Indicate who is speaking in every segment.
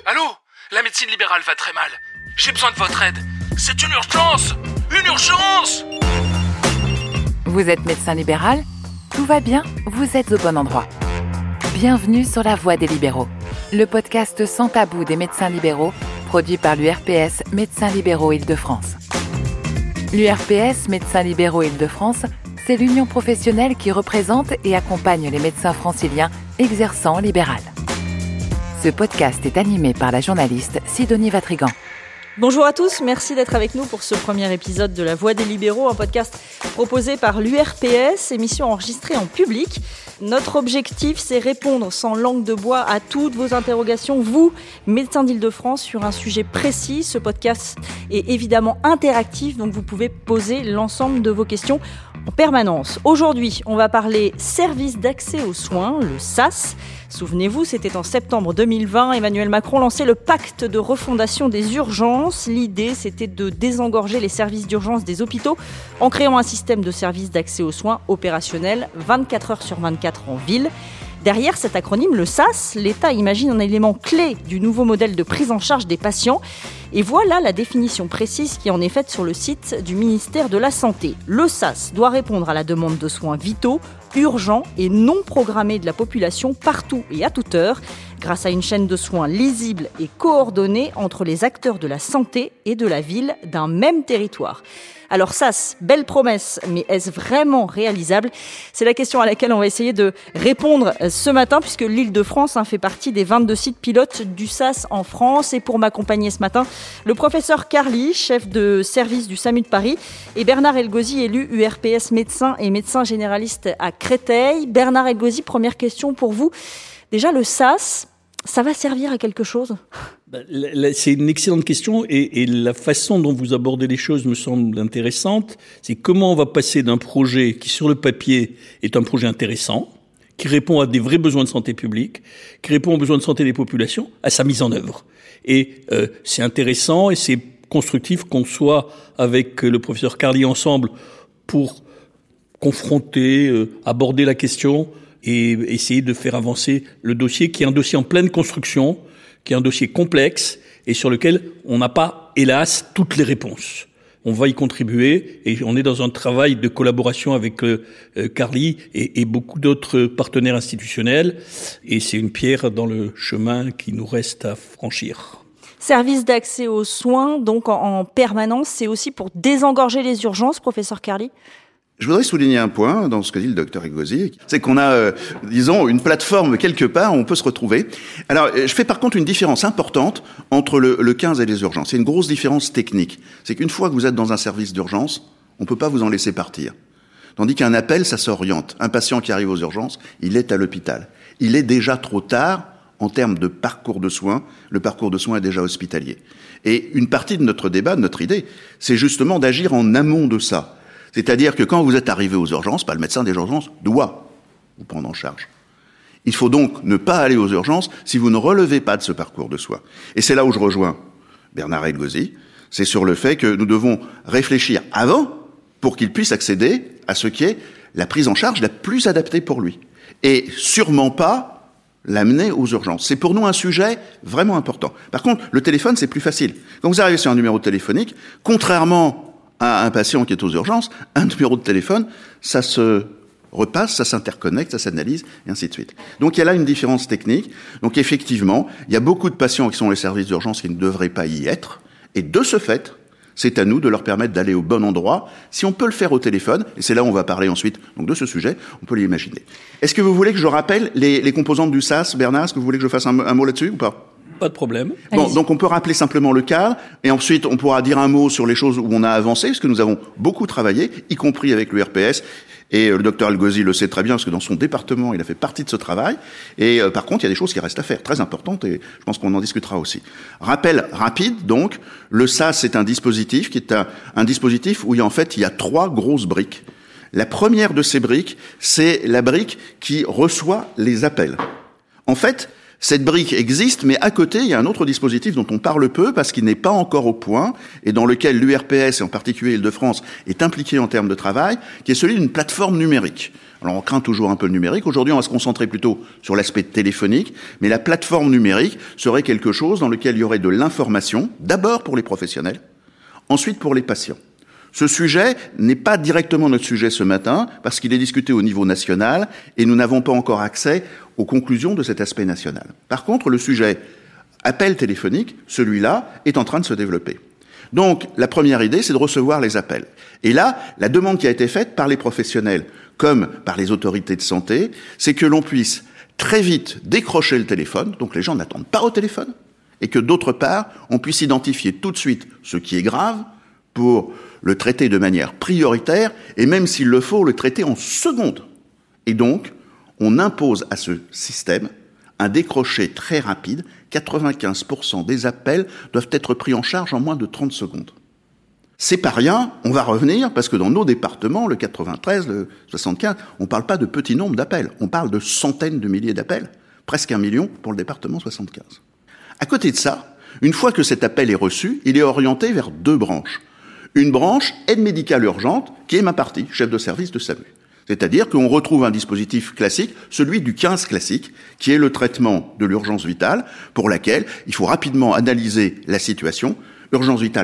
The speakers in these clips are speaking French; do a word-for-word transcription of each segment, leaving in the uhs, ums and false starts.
Speaker 1: Allô ? La médecine libérale va très mal. J'ai besoin de votre aide. C'est une urgence ! Une urgence !
Speaker 2: Vous êtes médecin libéral ? Tout va bien ? Vous êtes au bon endroit. Bienvenue sur La Voix des libéraux, le podcast sans tabou des médecins libéraux, produit par l'U R P S Médecins libéraux Île-de-France. L'U R P S Médecins libéraux Île-de-France, c'est l'union professionnelle qui représente et accompagne les médecins franciliens exerçant en libéral. Ce podcast est animé par la journaliste Sidonie Vatrigan.
Speaker 3: Bonjour à tous, merci d'être avec nous pour ce premier épisode de La Voix des libéraux, un podcast proposé par l'U R P S, émission enregistrée en public. Notre objectif, c'est répondre sans langue de bois à toutes vos interrogations, vous, médecins d'Île-de-France, sur un sujet précis. Ce podcast est évidemment interactif, donc vous pouvez poser l'ensemble de vos questions en permanence. Aujourd'hui, on va parler service d'accès aux soins, le S A S. Souvenez-vous, c'était en septembre deux mille vingt, Emmanuel Macron lançait le pacte de refondation des urgences. L'idée, c'était de désengorger les services d'urgence des hôpitaux en créant un système de service d'accès aux soins opérationnel vingt-quatre heures sur vingt-quatre en ville. Derrière cet acronyme, le S A S, l'État imagine un élément clé du nouveau modèle de prise en charge des patients. Et voilà la définition précise qui en est faite sur le site du ministère de la Santé. Le S A S doit répondre à la demande de soins vitaux, urgents et non programmés de la population partout et à toute heure, grâce à une chaîne de soins lisible et coordonnée entre les acteurs de la santé et de la ville d'un même territoire. Alors S A S, belle promesse, mais est-ce vraiment réalisable ? C'est la question à laquelle on va essayer de répondre ce matin, puisque l'Île-de-France hein, fait partie des vingt-deux sites pilotes du S A S en France. Et pour m'accompagner ce matin, le professeur Carly, chef de service du SAMU de Paris, et Bernard Elgozi, élu U R P S médecin et médecin généraliste à Créteil. Bernard Elgozi, première question pour vous. Déjà, le S A S, ça va servir à quelque chose ?
Speaker 4: C'est une excellente question et, et la façon dont vous abordez les choses me semble intéressante. C'est comment on va passer d'un projet qui, sur le papier, est un projet intéressant, qui répond à des vrais besoins de santé publique, qui répond aux besoins de santé des populations, à sa mise en œuvre. Et euh, c'est intéressant et c'est constructif qu'on soit avec le professeur Carly ensemble pour confronter, euh, aborder la question et essayer de faire avancer le dossier, qui est un dossier en pleine construction, qui est un dossier complexe et sur lequel on n'a pas, hélas, toutes les réponses. On va y contribuer et on est dans un travail de collaboration avec euh, Carly et, et beaucoup d'autres partenaires institutionnels et c'est une pierre dans le chemin qui nous reste à franchir.
Speaker 3: Service d'accès aux soins, donc en, en permanence, c'est aussi pour désengorger les urgences, professeur Carly ?
Speaker 5: Je voudrais souligner un point dans ce que dit le docteur Elgozi, c'est qu'on a, euh, disons, une plateforme quelque part où on peut se retrouver. Alors, je fais par contre une différence importante entre le, le quinze et les urgences. C'est une grosse différence technique. C'est qu'une fois que vous êtes dans un service d'urgence, on peut pas vous en laisser partir. Tandis qu'un appel, ça s'oriente. Un patient qui arrive aux urgences, il est à l'hôpital. Il est déjà trop tard en termes de parcours de soins. Le parcours de soins est déjà hospitalier. Et une partie de notre débat, de notre idée, c'est justement d'agir en amont de ça. C'est-à-dire que quand vous êtes arrivé aux urgences, pas le médecin des urgences doit vous prendre en charge. Il faut donc ne pas aller aux urgences si vous ne relevez pas de ce parcours de soins. Et c'est là où je rejoins Bernard Elgozi, c'est sur le fait que nous devons réfléchir avant pour qu'il puisse accéder à ce qui est la prise en charge la plus adaptée pour lui. Et sûrement pas l'amener aux urgences. C'est pour nous un sujet vraiment important. Par contre, le téléphone, c'est plus facile. Quand vous arrivez sur un numéro téléphonique, contrairement à un patient qui est aux urgences, un numéro de téléphone, ça se repasse, ça s'interconnecte, ça s'analyse, et ainsi de suite. Donc il y a là une différence technique. Donc effectivement, il y a beaucoup de patients qui sont dans les services d'urgence qui ne devraient pas y être, et de ce fait, c'est à nous de leur permettre d'aller au bon endroit. Si on peut le faire au téléphone, et c'est là où on va parler ensuite donc de ce sujet, on peut l'imaginer. Est-ce que vous voulez que je rappelle les, les composantes du S A S, Bernard ? Est-ce que vous voulez que je fasse un, un mot là-dessus ou pas ?
Speaker 4: Pas de problème.
Speaker 5: Bon, donc on peut rappeler simplement le cadre, et ensuite on pourra dire un mot sur les choses où on a avancé, parce que nous avons beaucoup travaillé, y compris avec l'U R P S, et le docteur Elgozi le sait très bien, parce que dans son département, il a fait partie de ce travail, et euh, par contre, il y a des choses qui restent à faire, très importantes, et je pense qu'on en discutera aussi. Rappel rapide, donc, le S A S, c'est un dispositif qui est un, un dispositif où, il y a, en fait, il y a trois grosses briques. La première de ces briques, c'est la brique qui reçoit les appels. En fait, Cette brique existe, mais à côté, il y a un autre dispositif dont on parle peu parce qu'il n'est pas encore au point et dans lequel l'U R P S, et en particulier Île-de-France, est impliqué en termes de travail, qui est celui d'une plateforme numérique. Alors on craint toujours un peu le numérique. Aujourd'hui, on va se concentrer plutôt sur l'aspect téléphonique, mais la plateforme numérique serait quelque chose dans lequel il y aurait de l'information, d'abord pour les professionnels, ensuite pour les patients. Ce sujet n'est pas directement notre sujet ce matin, parce qu'il est discuté au niveau national, et nous n'avons pas encore accès aux conclusions de cet aspect national. Par contre, le sujet appel téléphonique, celui-là, est en train de se développer. Donc, la première idée, c'est de recevoir les appels. Et là, la demande qui a été faite par les professionnels, comme par les autorités de santé, c'est que l'on puisse très vite décrocher le téléphone, donc les gens n'attendent pas au téléphone, et que d'autre part, on puisse identifier tout de suite ce qui est grave pour le traiter de manière prioritaire, et même s'il le faut, le traiter en secondes. Et donc, on impose à ce système un décroché très rapide. quatre-vingt-quinze pour cent des appels doivent être pris en charge en moins de trente secondes. C'est pas rien, on va revenir, parce que dans nos départements, le quatre-vingt-treize, le soixante-quinze, on parle pas de petits nombres d'appels, on parle de centaines de milliers d'appels, presque un million pour le département soixante-quinze. À côté de ça, une fois que cet appel est reçu, il est orienté vers deux branches. Une branche aide médicale urgente, qui est ma partie, chef de service de SAMU. C'est-à-dire qu'on retrouve un dispositif classique, celui du quinze classique, qui est le traitement de l'urgence vitale, pour laquelle il faut rapidement analyser la situation. Urgence vitale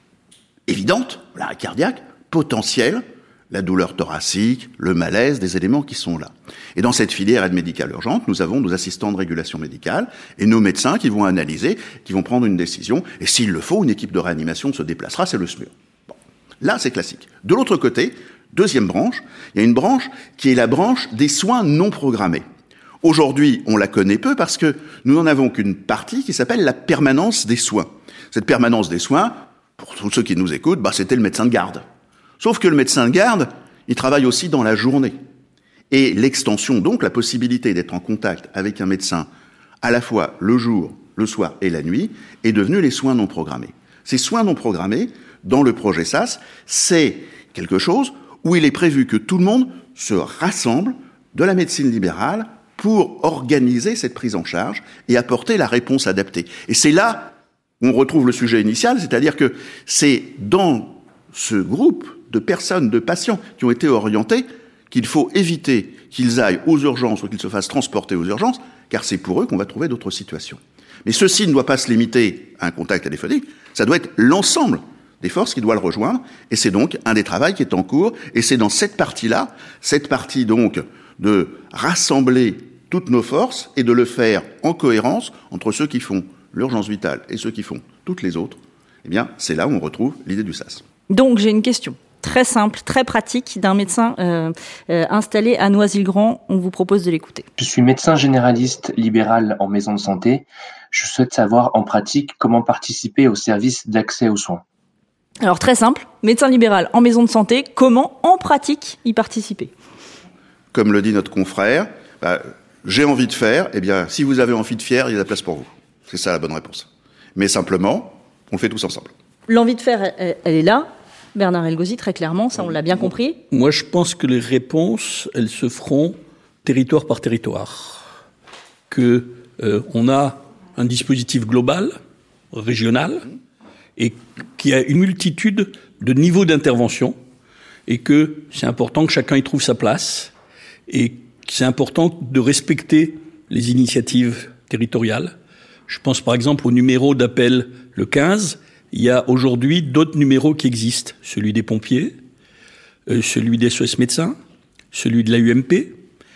Speaker 5: évidente, l'arrêt cardiaque, potentielle, la douleur thoracique, le malaise, des éléments qui sont là. Et dans cette filière aide médicale urgente, nous avons nos assistants de régulation médicale et nos médecins qui vont analyser, qui vont prendre une décision. Et s'il le faut, une équipe de réanimation se déplacera, c'est le S M U R. Bon. Là, c'est classique. De l'autre côté, deuxième branche, il y a une branche qui est la branche des soins non programmés. Aujourd'hui, on la connaît peu parce que nous n'en avons qu'une partie qui s'appelle la permanence des soins. Cette permanence des soins, pour tous ceux qui nous écoutent, bah, c'était le médecin de garde. Sauf que le médecin de garde, il travaille aussi dans la journée. Et l'extension, donc, la possibilité d'être en contact avec un médecin à la fois le jour, le soir et la nuit, est devenue les soins non programmés. Ces soins non programmés, dans le projet S A S, c'est quelque chose où il est prévu que tout le monde se rassemble de la médecine libérale pour organiser cette prise en charge et apporter la réponse adaptée. Et c'est là où on retrouve le sujet initial, c'est-à-dire que c'est dans ce groupe de personnes, de patients qui ont été orientés, qu'il faut éviter qu'ils aillent aux urgences ou qu'ils se fassent transporter aux urgences, car c'est pour eux qu'on va trouver d'autres situations. Mais ceci ne doit pas se limiter à un contact téléphonique, ça doit être l'ensemble des forces qui doit le rejoindre, et c'est donc un des travaux qui est en cours, et c'est dans cette partie-là, cette partie donc de rassembler toutes nos forces et de le faire en cohérence entre ceux qui font l'urgence vitale et ceux qui font toutes les autres, eh bien, c'est là où on retrouve l'idée du S A S.
Speaker 3: Donc, j'ai une question très simple, très pratique d'un médecin euh, euh, installé à Noisy-le-Grand. On vous propose de l'écouter.
Speaker 6: Je suis médecin généraliste libéral en maison de santé. Je souhaite savoir en pratique comment participer au service d'accès aux soins.
Speaker 3: Alors, très simple, médecin libéral en maison de santé, comment en pratique y participer ?
Speaker 5: Comme le dit notre confrère, bah, j'ai envie de faire, eh bien, si vous avez envie de faire, il y a de la place pour vous. C'est ça la bonne réponse. Mais simplement, on le fait tous ensemble.
Speaker 3: L'envie de faire, elle, elle est là. Bernard Elgozi, très clairement, ça on l'a bien compris.
Speaker 4: Moi, je pense que les réponses, elles se feront territoire par territoire. Que euh, on a un dispositif global, régional, et qui a une multitude de niveaux d'intervention, et que c'est important que chacun y trouve sa place, et que c'est important de respecter les initiatives territoriales. Je pense par exemple au numéro d'appel le quinze. Il y a aujourd'hui d'autres numéros qui existent. Celui des pompiers, euh, celui des S O S médecins, celui de l'A U M P.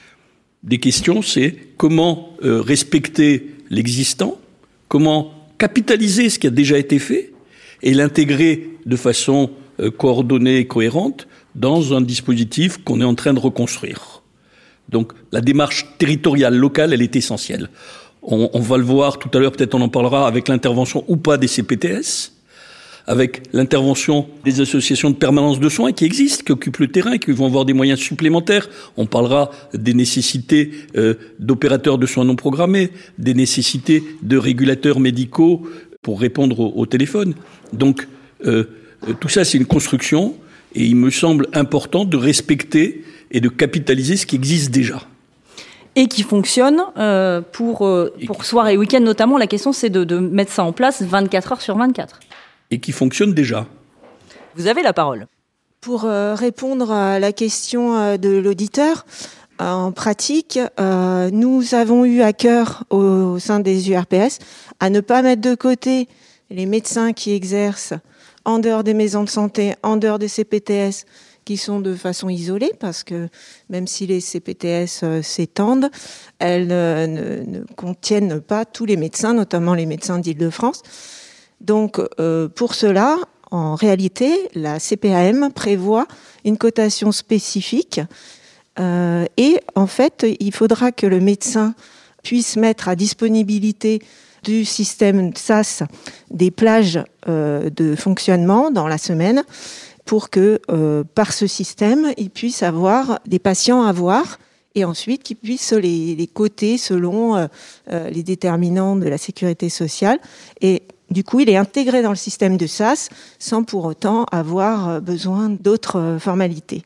Speaker 4: Des questions, c'est comment euh, respecter l'existant, comment capitaliser ce qui a déjà été fait et l'intégrer de façon euh, coordonnée et cohérente dans un dispositif qu'on est en train de reconstruire. Donc la démarche territoriale, locale, elle est essentielle. On, on va le voir tout à l'heure, peut-être on en parlera avec l'intervention ou pas des C P T S, avec l'intervention des associations de permanence de soins qui existent, qui occupent le terrain, qui vont avoir des moyens supplémentaires. On parlera des nécessités euh, d'opérateurs de soins non programmés, des nécessités de régulateurs médicaux pour répondre au, au téléphone. Donc, euh, tout ça, c'est une construction, et il me semble important de respecter et de capitaliser ce qui existe déjà.
Speaker 3: et qui fonctionne euh, pour, euh, pour soir et week-end notamment. La question, c'est de, de mettre ça en place vingt-quatre heures sur vingt-quatre.
Speaker 4: Et qui fonctionne déjà.
Speaker 3: Vous avez la parole.
Speaker 7: Pour euh, répondre à la question euh, de l'auditeur, euh, en pratique, euh, nous avons eu à cœur au, au sein des U R P S à ne pas mettre de côté les médecins qui exercent en dehors des maisons de santé, en dehors des C P T S, qui sont de façon isolée, parce que même si les C P T S euh, s'étendent, elles euh, ne, ne contiennent pas tous les médecins, notamment les médecins d'Île-de-France. Donc, euh, pour cela, en réalité, la C P A M prévoit une cotation spécifique euh, et en fait, il faudra que le médecin puisse mettre à disponibilité du système S A S des plages euh, de fonctionnement dans la semaine pour que, euh, par ce système, il puisse avoir des patients à voir et ensuite qu'il puisse les, les coter selon euh, euh, les déterminants de la sécurité sociale. Et du coup, il est intégré dans le système de S A S sans pour autant avoir besoin d'autres formalités.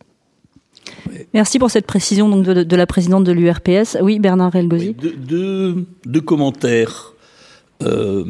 Speaker 3: Merci pour cette précision donc, de, de la présidente de l'U R P S. Oui, Bernard Relgosi.
Speaker 4: Oui, deux, deux, deux commentaires. Euh,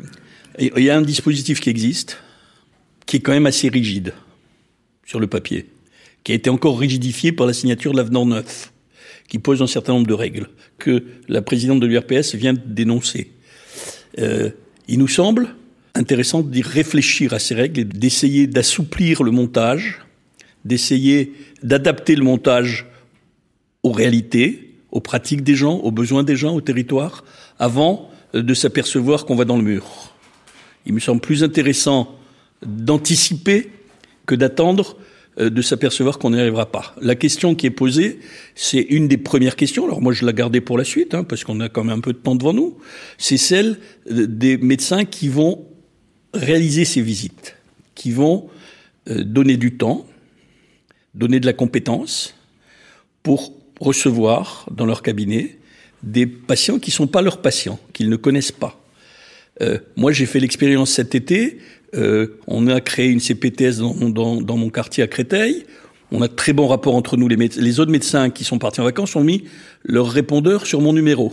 Speaker 4: il y a un dispositif qui existe, qui est quand même assez rigide sur le papier, qui a été encore rigidifié par la signature de l'avenant neuf, qui pose un certain nombre de règles que la présidente de l'U R P S vient de dénoncer. Euh, Il nous semble intéressant d'y réfléchir à ces règles et d'essayer d'assouplir le montage, d'essayer d'adapter le montage aux réalités, aux pratiques des gens, aux besoins des gens, au territoire, avant de s'apercevoir qu'on va dans le mur. Il me semble plus intéressant d'anticiper que d'attendre de s'apercevoir qu'on n'y arrivera pas. La question qui est posée, c'est une des premières questions, alors moi je la gardais pour la suite, hein, parce qu'on a quand même un peu de temps devant nous, c'est celle des médecins qui vont réaliser ces visites, qui vont euh, donner du temps, donner de la compétence pour recevoir dans leur cabinet des patients qui ne sont pas leurs patients, qu'ils ne connaissent pas. Euh, moi j'ai fait l'expérience cet été. Euh, on a créé une C P T S dans, dans, dans mon quartier à Créteil. On a de très bons rapports entre nous. Les, méde- les autres médecins qui sont partis en vacances ont mis leur répondeur sur mon numéro.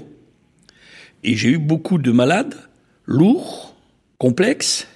Speaker 4: Et j'ai eu beaucoup de malades lourds, complexes,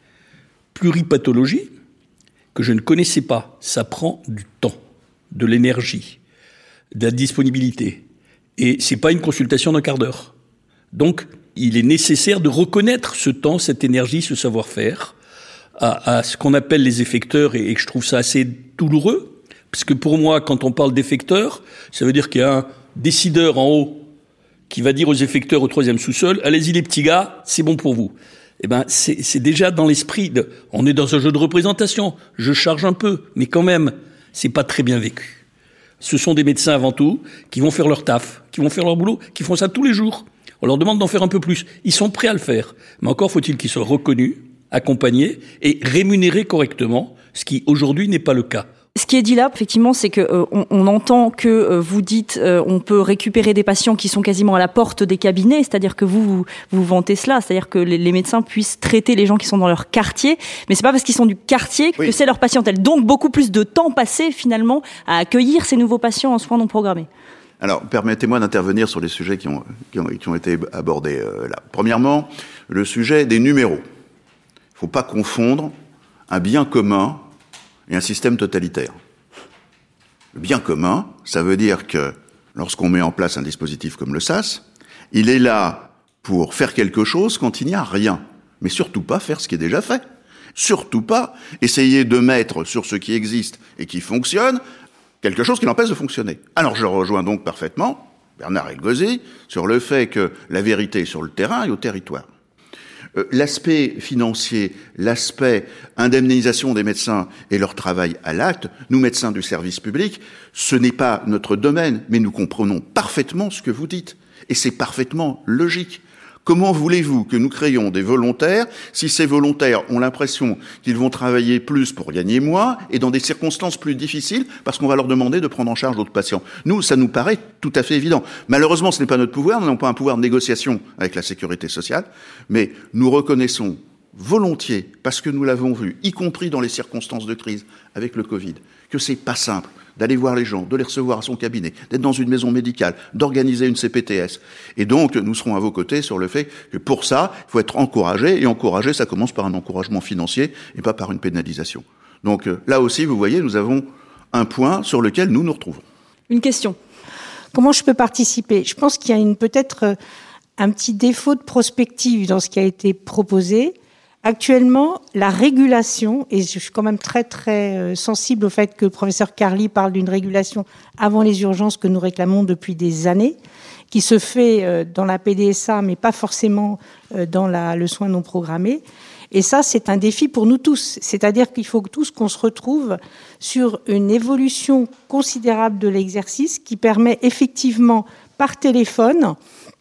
Speaker 4: pluripathologies, que je ne connaissais pas. Ça prend du temps, de l'énergie, de la disponibilité. Et c'est pas une consultation d'un quart d'heure. Donc, il est nécessaire de reconnaître ce temps, cette énergie, ce savoir-faire à, à ce qu'on appelle les effecteurs et, et je trouve ça assez douloureux parce que pour moi, quand on parle d'effecteurs, ça veut dire qu'il y a un décideur en haut qui va dire aux effecteurs au troisième sous-sol, allez-y les petits gars, c'est bon pour vous. Eh ben, c'est, c'est déjà dans l'esprit de, on est dans un jeu de représentation, je charge un peu, mais quand même, c'est pas très bien vécu. Ce sont des médecins avant tout qui vont faire leur taf, qui vont faire leur boulot, qui font ça tous les jours. On leur demande d'en faire un peu plus. Ils sont prêts à le faire. Mais encore faut-il qu'ils soient reconnus, accompagnés et rémunérés correctement, ce qui aujourd'hui n'est pas le cas.
Speaker 3: Ce qui est dit là, effectivement, c'est que euh, on, on entend que euh, vous dites euh, on peut récupérer des patients qui sont quasiment à la porte des cabinets, c'est-à-dire que vous vous, vous vantez cela, c'est-à-dire que les, les médecins puissent traiter les gens qui sont dans leur quartier, mais c'est pas parce qu'ils sont du quartier que oui. C'est leur patientèle. Donc beaucoup plus de temps passé finalement à accueillir ces nouveaux patients en soins non programmés.
Speaker 5: Alors, permettez-moi d'intervenir sur les sujets qui ont, qui ont, qui ont été abordés euh, là. Premièrement, le sujet des numéros. Il ne faut pas confondre un bien commun et un système totalitaire. Le bien commun, ça veut dire que lorsqu'on met en place un dispositif comme le S A S, il est là pour faire quelque chose quand il n'y a rien, mais surtout pas faire ce qui est déjà fait. Surtout pas essayer de mettre sur ce qui existe et qui fonctionne quelque chose qui l'empêche de fonctionner. Alors je rejoins donc parfaitement Bernard Relgosi sur le fait que la vérité est sur le terrain et au territoire. Euh, l'aspect financier, l'aspect indemnisation des médecins et leur travail à l'acte, nous médecins du service public, ce n'est pas notre domaine, mais nous comprenons parfaitement ce que vous dites. Et c'est parfaitement logique. Comment voulez-vous que nous créions des volontaires si ces volontaires ont l'impression qu'ils vont travailler plus pour gagner moins et dans des circonstances plus difficiles parce qu'on va leur demander de prendre en charge d'autres patients? Nous, ça nous paraît tout à fait évident. Malheureusement, ce n'est pas notre pouvoir, nous n'avons pas un pouvoir de négociation avec la sécurité sociale, mais nous reconnaissons volontiers, parce que nous l'avons vu, y compris dans les circonstances de crise avec le Covid, que c'est pas simple d'aller voir les gens, de les recevoir à son cabinet, d'être dans une maison médicale, d'organiser une C P T S. Et donc, nous serons à vos côtés sur le fait que pour ça, il faut être encouragé, et encourager, ça commence par un encouragement financier et pas par une pénalisation. Donc là aussi, vous voyez, nous avons un point sur lequel nous nous retrouvons.
Speaker 3: Une question.
Speaker 8: Comment je peux participer ? Je pense qu'il y a une, peut-être un petit défaut de prospective dans ce qui a été proposé. Actuellement, la régulation, et je suis quand même très très sensible au fait que le professeur Carli parle d'une régulation avant les urgences que nous réclamons depuis des années, qui se fait dans la P D S A, mais pas forcément dans la, le soin non programmé. Et ça, c'est un défi pour nous tous. C'est-à-dire qu'il faut tous qu'on se retrouve sur une évolution considérable de l'exercice qui permet effectivement, par téléphone,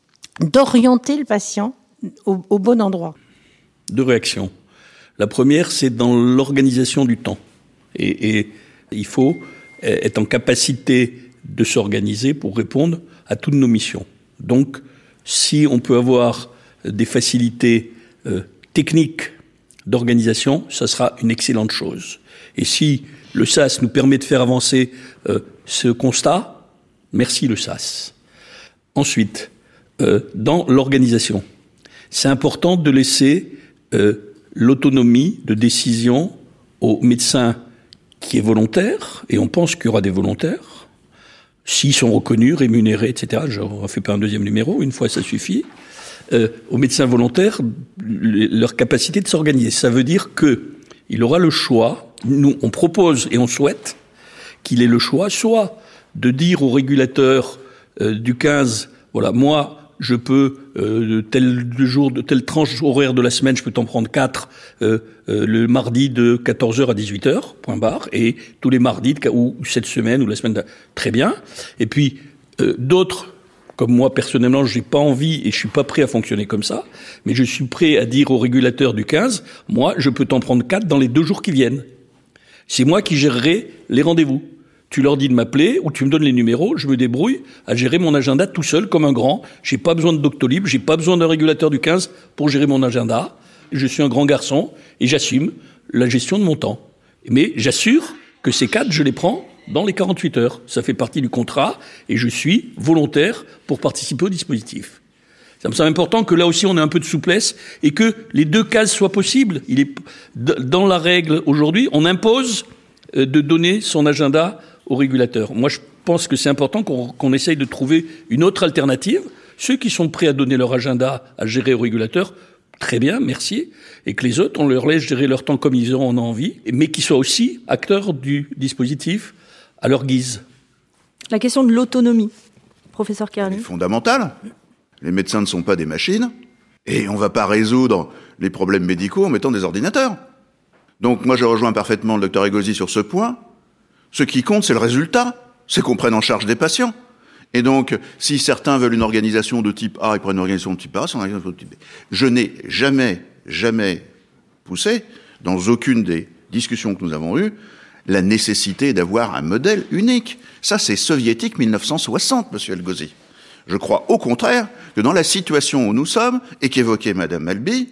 Speaker 8: d'orienter le patient au, au bon endroit.
Speaker 4: Deux réactions. La première, c'est dans l'organisation du temps. Et, et il faut être en capacité de s'organiser pour répondre à toutes nos missions. Donc, si on peut avoir des facilités euh, techniques d'organisation, ça sera une excellente chose. Et si le S A S nous permet de faire avancer euh, ce constat, merci le S A S. Ensuite, euh, dans l'organisation, c'est important de laisser euh, l'autonomie de décision au médecin qui est volontaire, et on pense qu'il y aura des volontaires, s'ils sont reconnus, rémunérés, et cetera. Je ne refais pas un deuxième numéro, une fois ça suffit. Euh, aux médecins volontaires, leur capacité de s'organiser. Ça veut dire que il aura le choix, nous on propose et on souhaite qu'il ait le choix, soit de dire au régulateur euh, du quinze, voilà, moi je peux, euh, de tel jour, de telle tranche horaire de la semaine, je peux t'en prendre quatre, euh, euh, le mardi de quatorze heures à dix-huit heures, point barre, et tous les mardis, ou cette semaine, ou la semaine, de... très bien. Et puis, euh, d'autres, comme moi, personnellement, j'ai pas envie et je suis pas prêt à fonctionner comme ça, mais je suis prêt à dire au régulateur du quinze, moi, je peux t'en prendre quatre dans les deux jours qui viennent. C'est moi qui gérerai les rendez-vous. Tu leur dis de m'appeler ou tu me donnes les numéros, je me débrouille à gérer mon agenda tout seul comme un grand. J'ai pas besoin de Doctolib, j'ai pas besoin d'un régulateur du quinze pour gérer mon agenda. Je suis un grand garçon et j'assume la gestion de mon temps. Mais j'assure que ces quatre, je les prends dans les quarante-huit heures. Ça fait partie du contrat et je suis volontaire pour participer au dispositif. Ça me semble important que là aussi on ait un peu de souplesse et que les deux cases soient possibles. Il est dans la règle aujourd'hui, on impose de donner son agenda au régulateur. Moi, je pense que c'est important qu'on, qu'on essaye de trouver une autre alternative. Ceux qui sont prêts à donner leur agenda à gérer au régulateur, très bien, merci. Et que les autres, on leur laisse gérer leur temps comme ils en ont envie, mais qu'ils soient aussi acteurs du dispositif à leur guise.
Speaker 3: La question de l'autonomie, professeur Carli.
Speaker 5: C'est fondamental. Les médecins ne sont pas des machines et on ne va pas résoudre les problèmes médicaux en mettant des ordinateurs. Donc moi, je rejoins parfaitement le docteur Egosy sur ce point. Ce qui compte, c'est le résultat. C'est qu'on prenne en charge des patients. Et donc, si certains veulent une organisation de type A, ils prennent une organisation de type A, c'est une organisation de type B. Je n'ai jamais, jamais poussé, dans aucune des discussions que nous avons eues, la nécessité d'avoir un modèle unique. Ça, c'est soviétique mille neuf cent soixante, monsieur Egosy. Je crois au contraire que dans la situation où nous sommes, et qu'évoquait madame Malby,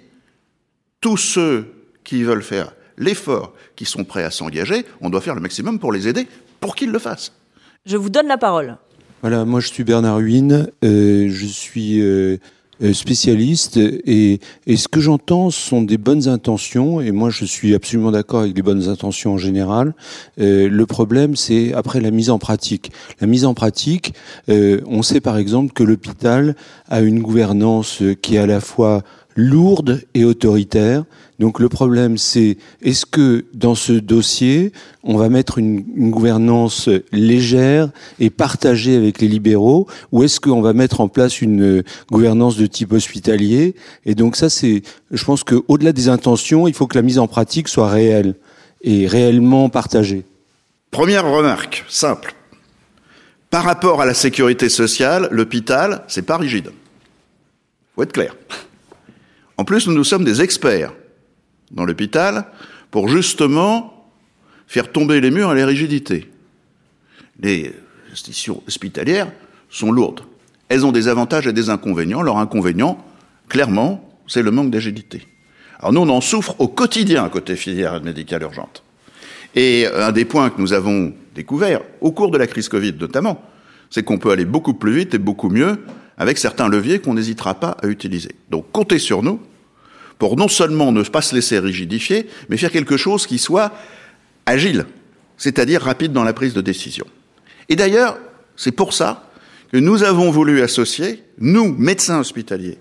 Speaker 5: tous ceux qui veulent faire l'effort, qui sont prêts à s'engager, on doit faire le maximum pour les aider, pour qu'ils le fassent.
Speaker 3: Je vous donne la parole.
Speaker 9: Voilà, moi je suis Bernard Huynh, euh, je suis euh, spécialiste et, et ce que j'entends sont des bonnes intentions et moi je suis absolument d'accord avec les bonnes intentions en général. Euh, le problème c'est après la mise en pratique. La mise en pratique, euh, on sait par exemple que l'hôpital a une gouvernance qui est à la fois lourde et autoritaire. Donc le problème c'est, est-ce que dans ce dossier, on va mettre une, une gouvernance légère et partagée avec les libéraux, ou est-ce qu'on va mettre en place une gouvernance de type hospitalier? Et donc ça c'est, je pense qu'au-delà des intentions, il faut que la mise en pratique soit réelle et réellement partagée.
Speaker 5: Première remarque, simple. Par rapport à la sécurité sociale, l'hôpital, c'est pas rigide. Faut être clair. En plus, nous, nous sommes des experts dans l'hôpital pour justement faire tomber les murs et les rigidités. Les institutions hospitalières sont lourdes. Elles ont des avantages et des inconvénients. Leur inconvénient, clairement, c'est le manque d'agilité. Alors nous, on en souffre au quotidien côté filière médicale urgente. Et un des points que nous avons découvert, au cours de la crise Covid notamment, c'est qu'on peut aller beaucoup plus vite et beaucoup mieux avec certains leviers qu'on n'hésitera pas à utiliser. Donc comptez sur nous pour non seulement ne pas se laisser rigidifier, mais faire quelque chose qui soit agile, c'est-à-dire rapide dans la prise de décision. Et d'ailleurs, c'est pour ça que nous avons voulu associer, nous, médecins hospitaliers,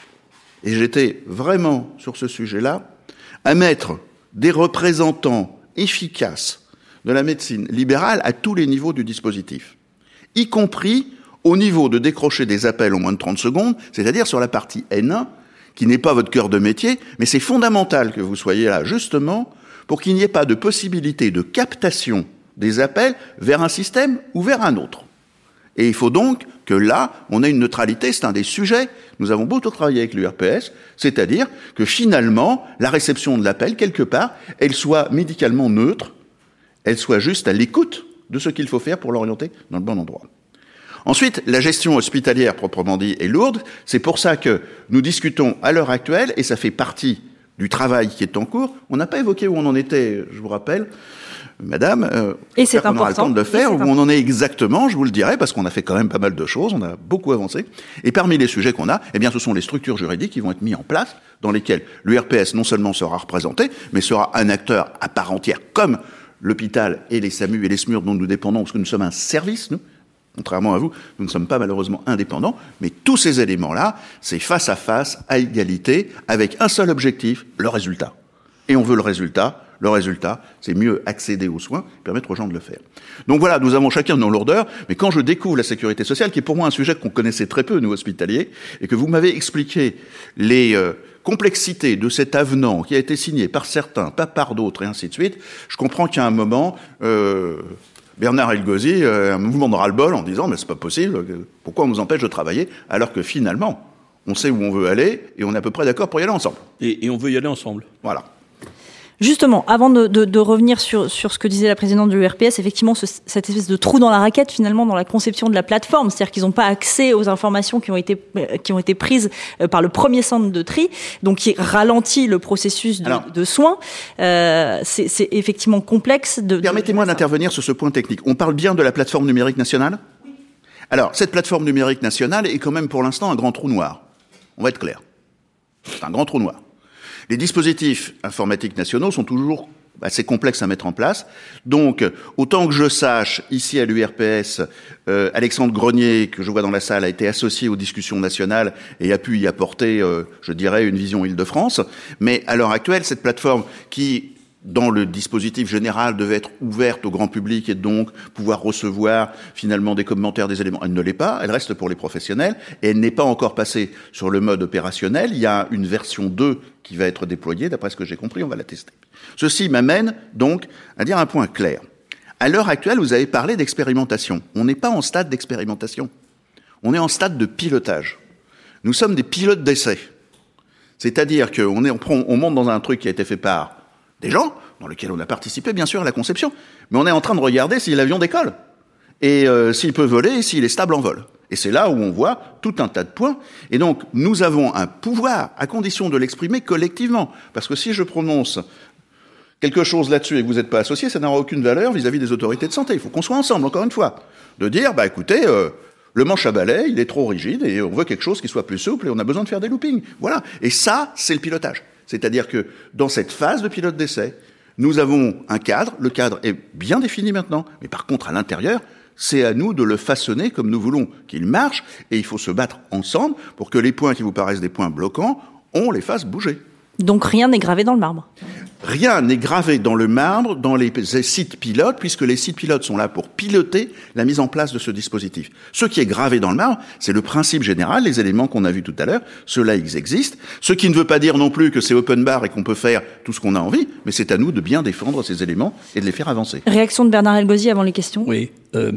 Speaker 5: et j'étais vraiment sur ce sujet-là, à mettre des représentants efficaces de la médecine libérale à tous les niveaux du dispositif, y compris au niveau de décrocher des appels en moins de trente secondes, c'est-à-dire sur la partie N un, qui n'est pas votre cœur de métier, mais c'est fondamental que vous soyez là, justement, pour qu'il n'y ait pas de possibilité de captation des appels vers un système ou vers un autre. Et il faut donc que là, on ait une neutralité, c'est un des sujets, nous avons beaucoup travaillé avec l'U R P S, c'est-à-dire que finalement, la réception de l'appel, quelque part, elle soit médicalement neutre, elle soit juste à l'écoute de ce qu'il faut faire pour l'orienter dans le bon endroit. Ensuite, la gestion hospitalière proprement dit est lourde, c'est pour ça que nous discutons à l'heure actuelle, et ça fait partie du travail qui est en cours, on n'a pas évoqué où on en était, je vous rappelle, Madame, euh,
Speaker 3: et c'est important.
Speaker 5: On aura le temps de le faire, où on en est exactement, je vous le dirai, parce qu'on a fait quand même pas mal de choses, on a beaucoup avancé. Et parmi les sujets qu'on a, eh bien, ce sont les structures juridiques qui vont être mises en place, dans lesquelles l'U R P S non seulement sera représenté, mais sera un acteur à part entière, comme l'hôpital et les S A M U et les S M U R dont nous dépendons, parce que nous sommes un service, nous. Contrairement à vous, nous ne sommes pas malheureusement indépendants, mais tous ces éléments-là, c'est face à face, à égalité, avec un seul objectif, le résultat. Et on veut le résultat. Le résultat, c'est mieux accéder aux soins, permettre aux gens de le faire. Donc voilà, nous avons chacun nos lourdeurs, mais quand je découvre la sécurité sociale, qui est pour moi un sujet qu'on connaissait très peu, nous hospitaliers, et que vous m'avez expliqué les euh, complexités de cet avenant qui a été signé par certains, pas par d'autres, et ainsi de suite, je comprends qu'à un moment, euh, Bernard Elgozi, euh, un mouvement de ras-le-bol en disant « mais c'est pas possible, pourquoi on nous empêche de travailler ?» alors que finalement, on sait où on veut aller, et on est à peu près d'accord pour y aller ensemble.
Speaker 4: Et, et on veut y aller ensemble.
Speaker 5: Voilà.
Speaker 3: Justement, avant de, de, de revenir sur, sur ce que disait la présidente de l'U R P S, effectivement, ce, cette espèce de trou dans la raquette, finalement, dans la conception de la plateforme, c'est-à-dire qu'ils n'ont pas accès aux informations qui ont été qui ont été prises par le premier centre de tri, donc qui ralentit le processus de, Alors, de soins. Euh, c'est, c'est effectivement complexe. De,
Speaker 5: permettez-moi de d'intervenir sur ce point technique. On parle bien de la plateforme numérique nationale ? Oui. Alors, cette plateforme numérique nationale est quand même pour l'instant un grand trou noir. On va être clair. C'est un grand trou noir. Les dispositifs informatiques nationaux sont toujours assez complexes à mettre en place. Donc, autant que je sache, ici à l'U R P S, euh, Alexandre Grenier, que je vois dans la salle, a été associé aux discussions nationales et a pu y apporter, euh, je dirais, une vision Île-de-France. Mais à l'heure actuelle, cette plateforme qui, dans le dispositif général, devait être ouverte au grand public et donc pouvoir recevoir finalement des commentaires, des éléments. Elle ne l'est pas, elle reste pour les professionnels et elle n'est pas encore passée sur le mode opérationnel. Il y a une version deux qui va être déployée, d'après ce que j'ai compris, on va la tester. Ceci m'amène donc à dire un point clair. À l'heure actuelle, vous avez parlé d'expérimentation. On n'est pas en stade d'expérimentation. On est en stade de pilotage. Nous sommes des pilotes d'essai. C'est-à-dire qu'on est, on prend, on monte dans un truc qui a été fait par des gens, dans lesquels on a participé, bien sûr, à la conception. Mais on est en train de regarder si l'avion décolle. Et euh, s'il peut voler, et s'il est stable en vol. Et c'est là où on voit tout un tas de points. Et donc, nous avons un pouvoir, à condition de l'exprimer collectivement. Parce que si je prononce quelque chose là-dessus et que vous n'êtes pas associé, ça n'aura aucune valeur vis-à-vis des autorités de santé. Il faut qu'on soit ensemble, encore une fois. De dire, bah écoutez, euh, le manche à balai, il est trop rigide et on veut quelque chose qui soit plus souple et on a besoin de faire des loopings. Voilà. Et ça, c'est le pilotage. C'est-à-dire que dans cette phase de pilote d'essai, nous avons un cadre, le cadre est bien défini maintenant, mais par contre à l'intérieur, c'est à nous de le façonner comme nous voulons qu'il marche, et il faut se battre ensemble pour que les points qui vous paraissent des points bloquants, on les fasse bouger.
Speaker 3: Donc rien n'est gravé dans le marbre.
Speaker 5: Rien n'est gravé dans le marbre, dans les sites pilotes, puisque les sites pilotes sont là pour piloter la mise en place de ce dispositif. Ce qui est gravé dans le marbre, c'est le principe général, les éléments qu'on a vus tout à l'heure, ceux-là, ils existent. Ce qui ne veut pas dire non plus que c'est open bar et qu'on peut faire tout ce qu'on a envie, mais c'est à nous de bien défendre ces éléments et de les faire avancer.
Speaker 3: Réaction de Bernard Elgozi avant les questions.
Speaker 4: Oui, euh,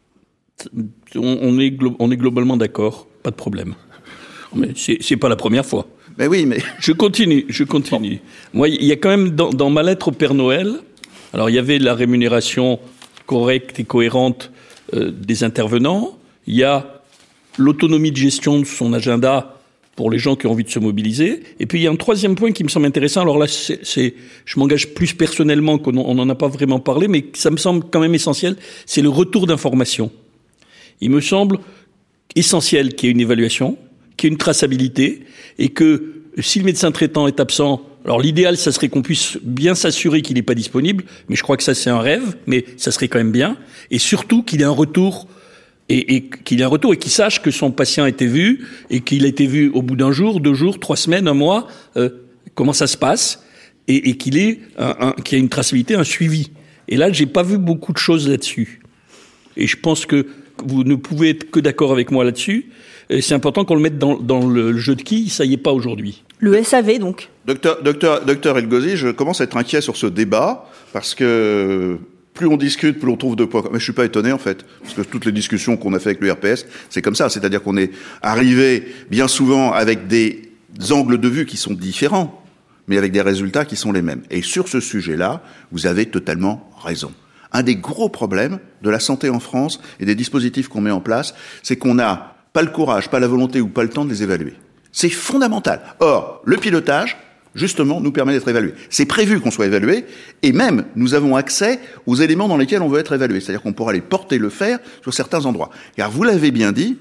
Speaker 4: on, on, est glo- on est globalement d'accord, pas de problème. Mais c'est, c'est pas la première fois.
Speaker 5: Mais oui, mais...
Speaker 4: Je continue, je continue. Bon. Moi, il y a quand même, dans, dans ma lettre au Père Noël, alors il y avait la rémunération correcte et cohérente euh, des intervenants, il y a l'autonomie de gestion de son agenda pour les gens qui ont envie de se mobiliser. Et puis il y a un troisième point qui me semble intéressant. Alors là, c'est, c'est je m'engage plus personnellement qu'on n'en a pas vraiment parlé, mais ça me semble quand même essentiel, c'est le retour d'information. Il me semble essentiel qu'il y ait une évaluation, qu'il y ait une traçabilité, et que si le médecin traitant est absent, alors l'idéal, ça serait qu'on puisse bien s'assurer qu'il n'est pas disponible, mais je crois que ça c'est un rêve, mais ça serait quand même bien, et surtout qu'il ait un retour, et, et qu'il ait un retour et qu'il sache que son patient a été vu, et qu'il a été vu au bout d'un jour, deux jours, trois semaines, un mois, euh, comment ça se passe, et, et qu'il ait un, un, qu'il y ait une traçabilité, un suivi. Et là, j'ai pas vu beaucoup de choses là-dessus. Et je pense que vous ne pouvez être que d'accord avec moi là-dessus. Et c'est important qu'on le mette dans, dans le jeu de quilles, ça y est pas aujourd'hui.
Speaker 3: Le S A V, donc.
Speaker 5: Docteur, docteur, docteur Elgozi, je commence à être inquiet sur ce débat, parce que plus on discute, plus on trouve de points. Mais je suis pas étonné, en fait, parce que toutes les discussions qu'on a fait avec l'U R P S, c'est comme ça. C'est-à-dire qu'on est arrivé bien souvent avec des angles de vue qui sont différents, mais avec des résultats qui sont les mêmes. Et sur ce sujet-là, vous avez totalement raison. Un des gros problèmes de la santé en France et des dispositifs qu'on met en place, c'est qu'on n'a pas le courage, pas la volonté ou pas le temps de les évaluer. C'est fondamental. Or, le pilotage, justement, nous permet d'être évalué. C'est prévu qu'on soit évalué, et même, nous avons accès aux éléments dans lesquels on veut être évalué. C'est-à-dire qu'on pourra les porter, le faire sur certains endroits. Car vous l'avez bien dit,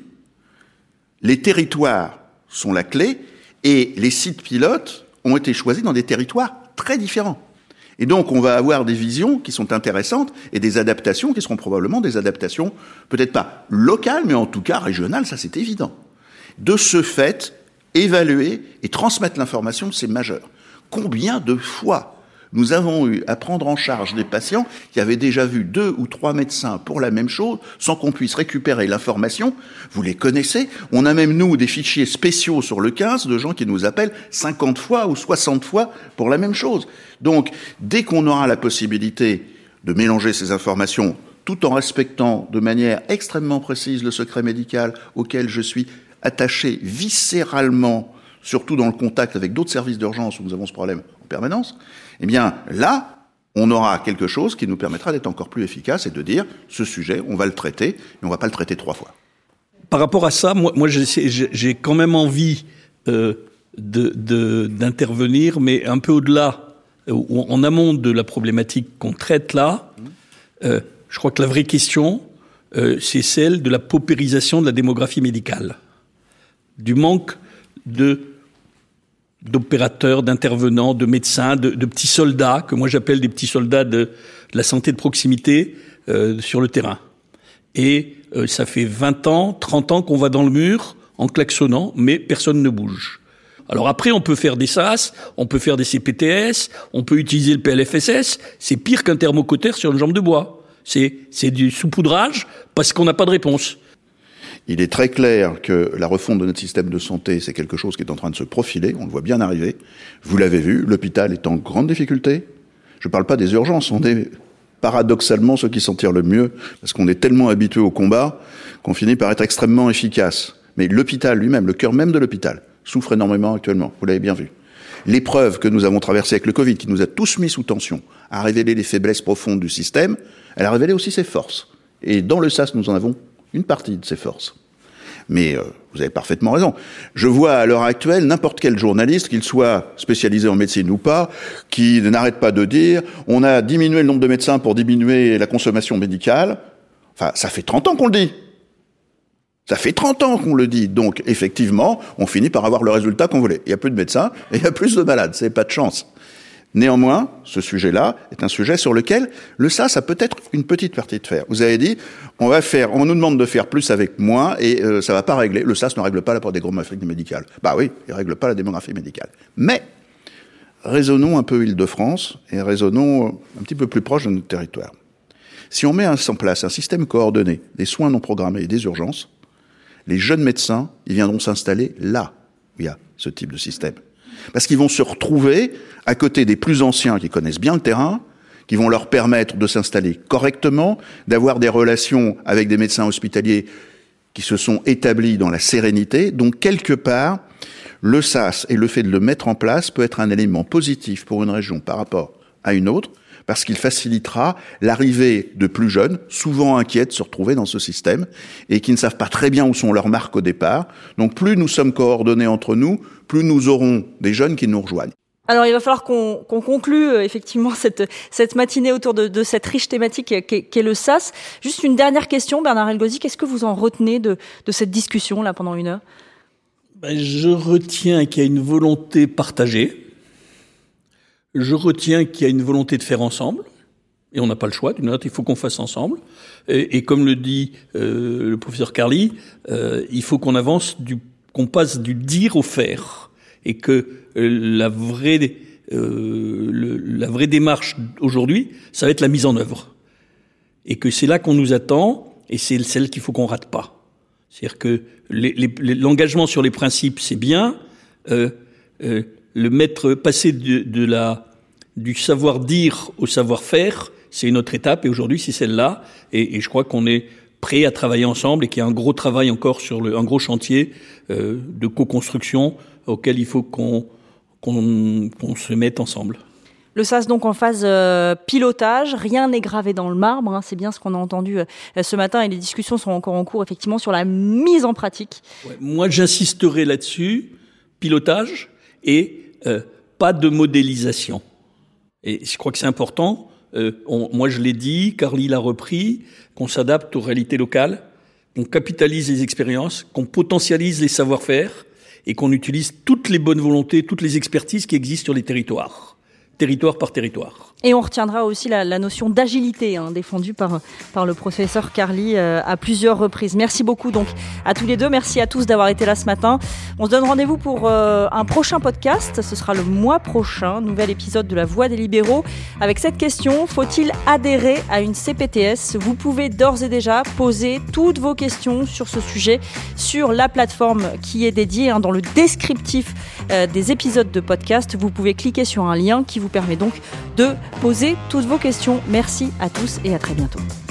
Speaker 5: les territoires sont la clé, et les sites pilotes ont été choisis dans des territoires très différents. Et donc, on va avoir des visions qui sont intéressantes et des adaptations qui seront probablement des adaptations, peut-être pas locales, mais en tout cas régionales, ça c'est évident. De ce fait, évaluer et transmettre l'information, c'est majeur. Combien de fois nous avons eu à prendre en charge des patients qui avaient déjà vu deux ou trois médecins pour la même chose, sans qu'on puisse récupérer l'information? Vous les connaissez. On a même, nous, des fichiers spéciaux sur le quinze de gens qui nous appellent cinquante fois ou soixante fois pour la même chose. Donc, dès qu'on aura la possibilité de mélanger ces informations, tout en respectant de manière extrêmement précise le secret médical auquel je suis attaché viscéralement, surtout dans le contact avec d'autres services d'urgence où nous avons ce problème en permanence, eh bien, là, on aura quelque chose qui nous permettra d'être encore plus efficace et de dire, ce sujet, on va le traiter, et on va pas le traiter trois fois.
Speaker 4: Par rapport à ça, moi, moi j'ai, j'ai quand même envie euh, de, de, d'intervenir, mais un peu au-delà, en amont de la problématique qu'on traite là. Euh, je crois que la vraie question, euh, c'est celle de la paupérisation de la démographie médicale, du manque de d'opérateurs, d'intervenants, de médecins, de, de petits soldats, que moi j'appelle des petits soldats de, de la santé de proximité euh, sur le terrain. Et euh, ça fait vingt ans, trente ans qu'on va dans le mur en klaxonnant, mais personne ne bouge. Alors après, on peut faire des S A S, on peut faire des C P T S, on peut utiliser le P L F S S, c'est pire qu'un thermocouteur sur une jambe de bois. C'est, c'est du saupoudrage parce qu'on n'a pas de réponse.
Speaker 5: Il est très clair que la refonte de notre système de santé, c'est quelque chose qui est en train de se profiler, on le voit bien arriver. Vous l'avez vu, l'hôpital est en grande difficulté. Je ne parle pas des urgences, on est paradoxalement ceux qui s'en tirent le mieux, parce qu'on est tellement habitué au combat qu'on finit par être extrêmement efficace. Mais l'hôpital lui-même, le cœur même de l'hôpital, souffre énormément actuellement, vous l'avez bien vu. L'épreuve que nous avons traversée avec le Covid, qui nous a tous mis sous tension, a révélé les faiblesses profondes du système, elle a révélé aussi ses forces. Et dans le S A S, nous en avons une partie de ses forces. Mais euh, vous avez parfaitement raison. Je vois à l'heure actuelle n'importe quel journaliste, qu'il soit spécialisé en médecine ou pas, qui n'arrête pas de dire « on a diminué le nombre de médecins pour diminuer la consommation médicale ». Enfin, ça fait trente ans qu'on le dit. Ça fait trente ans qu'on le dit. Donc, effectivement, on finit par avoir le résultat qu'on voulait. Il y a plus de médecins et il y a plus de malades. C'est pas de chance. Néanmoins, ce sujet-là est un sujet sur lequel le S A S a peut-être une petite partie de faire. Vous avez dit, on va faire, on nous demande de faire plus avec moins et euh, ça va pas régler. Le S A S ne règle pas la démographie médicale. Bah oui, il règle pas la démographie médicale. Mais raisonnons un peu Île-de-France et raisonnons un petit peu plus proche de notre territoire. Si on met en place un système coordonné des soins non programmés et des urgences, les jeunes médecins, ils viendront s'installer là où il y a ce type de système. Parce qu'ils vont se retrouver à côté des plus anciens qui connaissent bien le terrain, qui vont leur permettre de s'installer correctement, d'avoir des relations avec des médecins hospitaliers qui se sont établis dans la sérénité. Donc, quelque part, le S A S et le fait de le mettre en place peut être un élément positif pour une région par rapport à une autre, parce qu'il facilitera l'arrivée de plus jeunes, souvent inquiets de se retrouver dans ce système, et qui ne savent pas très bien où sont leurs marques au départ. Donc plus nous sommes coordonnés entre nous, plus nous aurons des jeunes qui nous rejoignent.
Speaker 3: Alors, il va falloir qu'on, qu'on conclue euh, effectivement cette, cette matinée autour de, de cette riche thématique qu'est, qu'est le S A S. Juste une dernière question, Bernard Elgozi, qu'est-ce que vous en retenez de, de cette discussion là pendant une heure ?
Speaker 4: Ben, je retiens qu'il y a une volonté partagée. Je retiens qu'il y a une volonté de faire ensemble. Et on n'a pas le choix, d'une autre, il faut qu'on fasse ensemble. Et, et comme le dit euh, le professeur Carli, euh, il faut qu'on avance, du, qu'on passe du dire au faire. Et que euh, la vraie, euh, le, la vraie démarche aujourd'hui, ça va être la mise en œuvre. Et que c'est là qu'on nous attend, et c'est celle qu'il faut qu'on rate pas. C'est-à-dire que les, les, l'engagement sur les principes, c'est bien. Euh, euh, le mettre, passer de, de la, du savoir-dire au savoir-faire, c'est une autre étape. Et aujourd'hui, c'est celle-là. Et, et je crois qu'on est prêt à travailler ensemble et qu'il y a un gros travail encore sur le, un gros chantier euh, de co-construction auquel il faut qu'on, qu'on, qu'on se mette ensemble.
Speaker 3: Le S A S donc en phase euh, pilotage, rien n'est gravé dans le marbre, hein, c'est bien ce qu'on a entendu euh, ce matin et les discussions sont encore en cours effectivement sur la mise en pratique.
Speaker 4: Ouais, moi j'insisterai là-dessus, pilotage et euh, pas de modélisation. Et je crois que c'est important, euh, on, moi je l'ai dit, Carli l'a repris, qu'on s'adapte aux réalités locales, qu'on capitalise les expériences, qu'on potentialise les savoir-faire et qu'on utilise toutes les bonnes volontés, toutes les expertises qui existent sur les territoires. Territoire par territoire.
Speaker 3: Et on retiendra aussi la, la notion d'agilité hein, défendue par, par le professeur Carli euh, à plusieurs reprises. Merci beaucoup donc à tous les deux. Merci à tous d'avoir été là ce matin. On se donne rendez-vous pour euh, un prochain podcast. Ce sera le mois prochain. Nouvel épisode de La Voix des libéraux. Avec cette question, faut-il adhérer à une C P T S ? Vous pouvez d'ores et déjà poser toutes vos questions sur ce sujet sur la plateforme qui est dédiée hein, dans le descriptif euh, des épisodes de podcast. Vous pouvez cliquer sur un lien qui vous permet donc de poser toutes vos questions. Merci à tous et à très bientôt.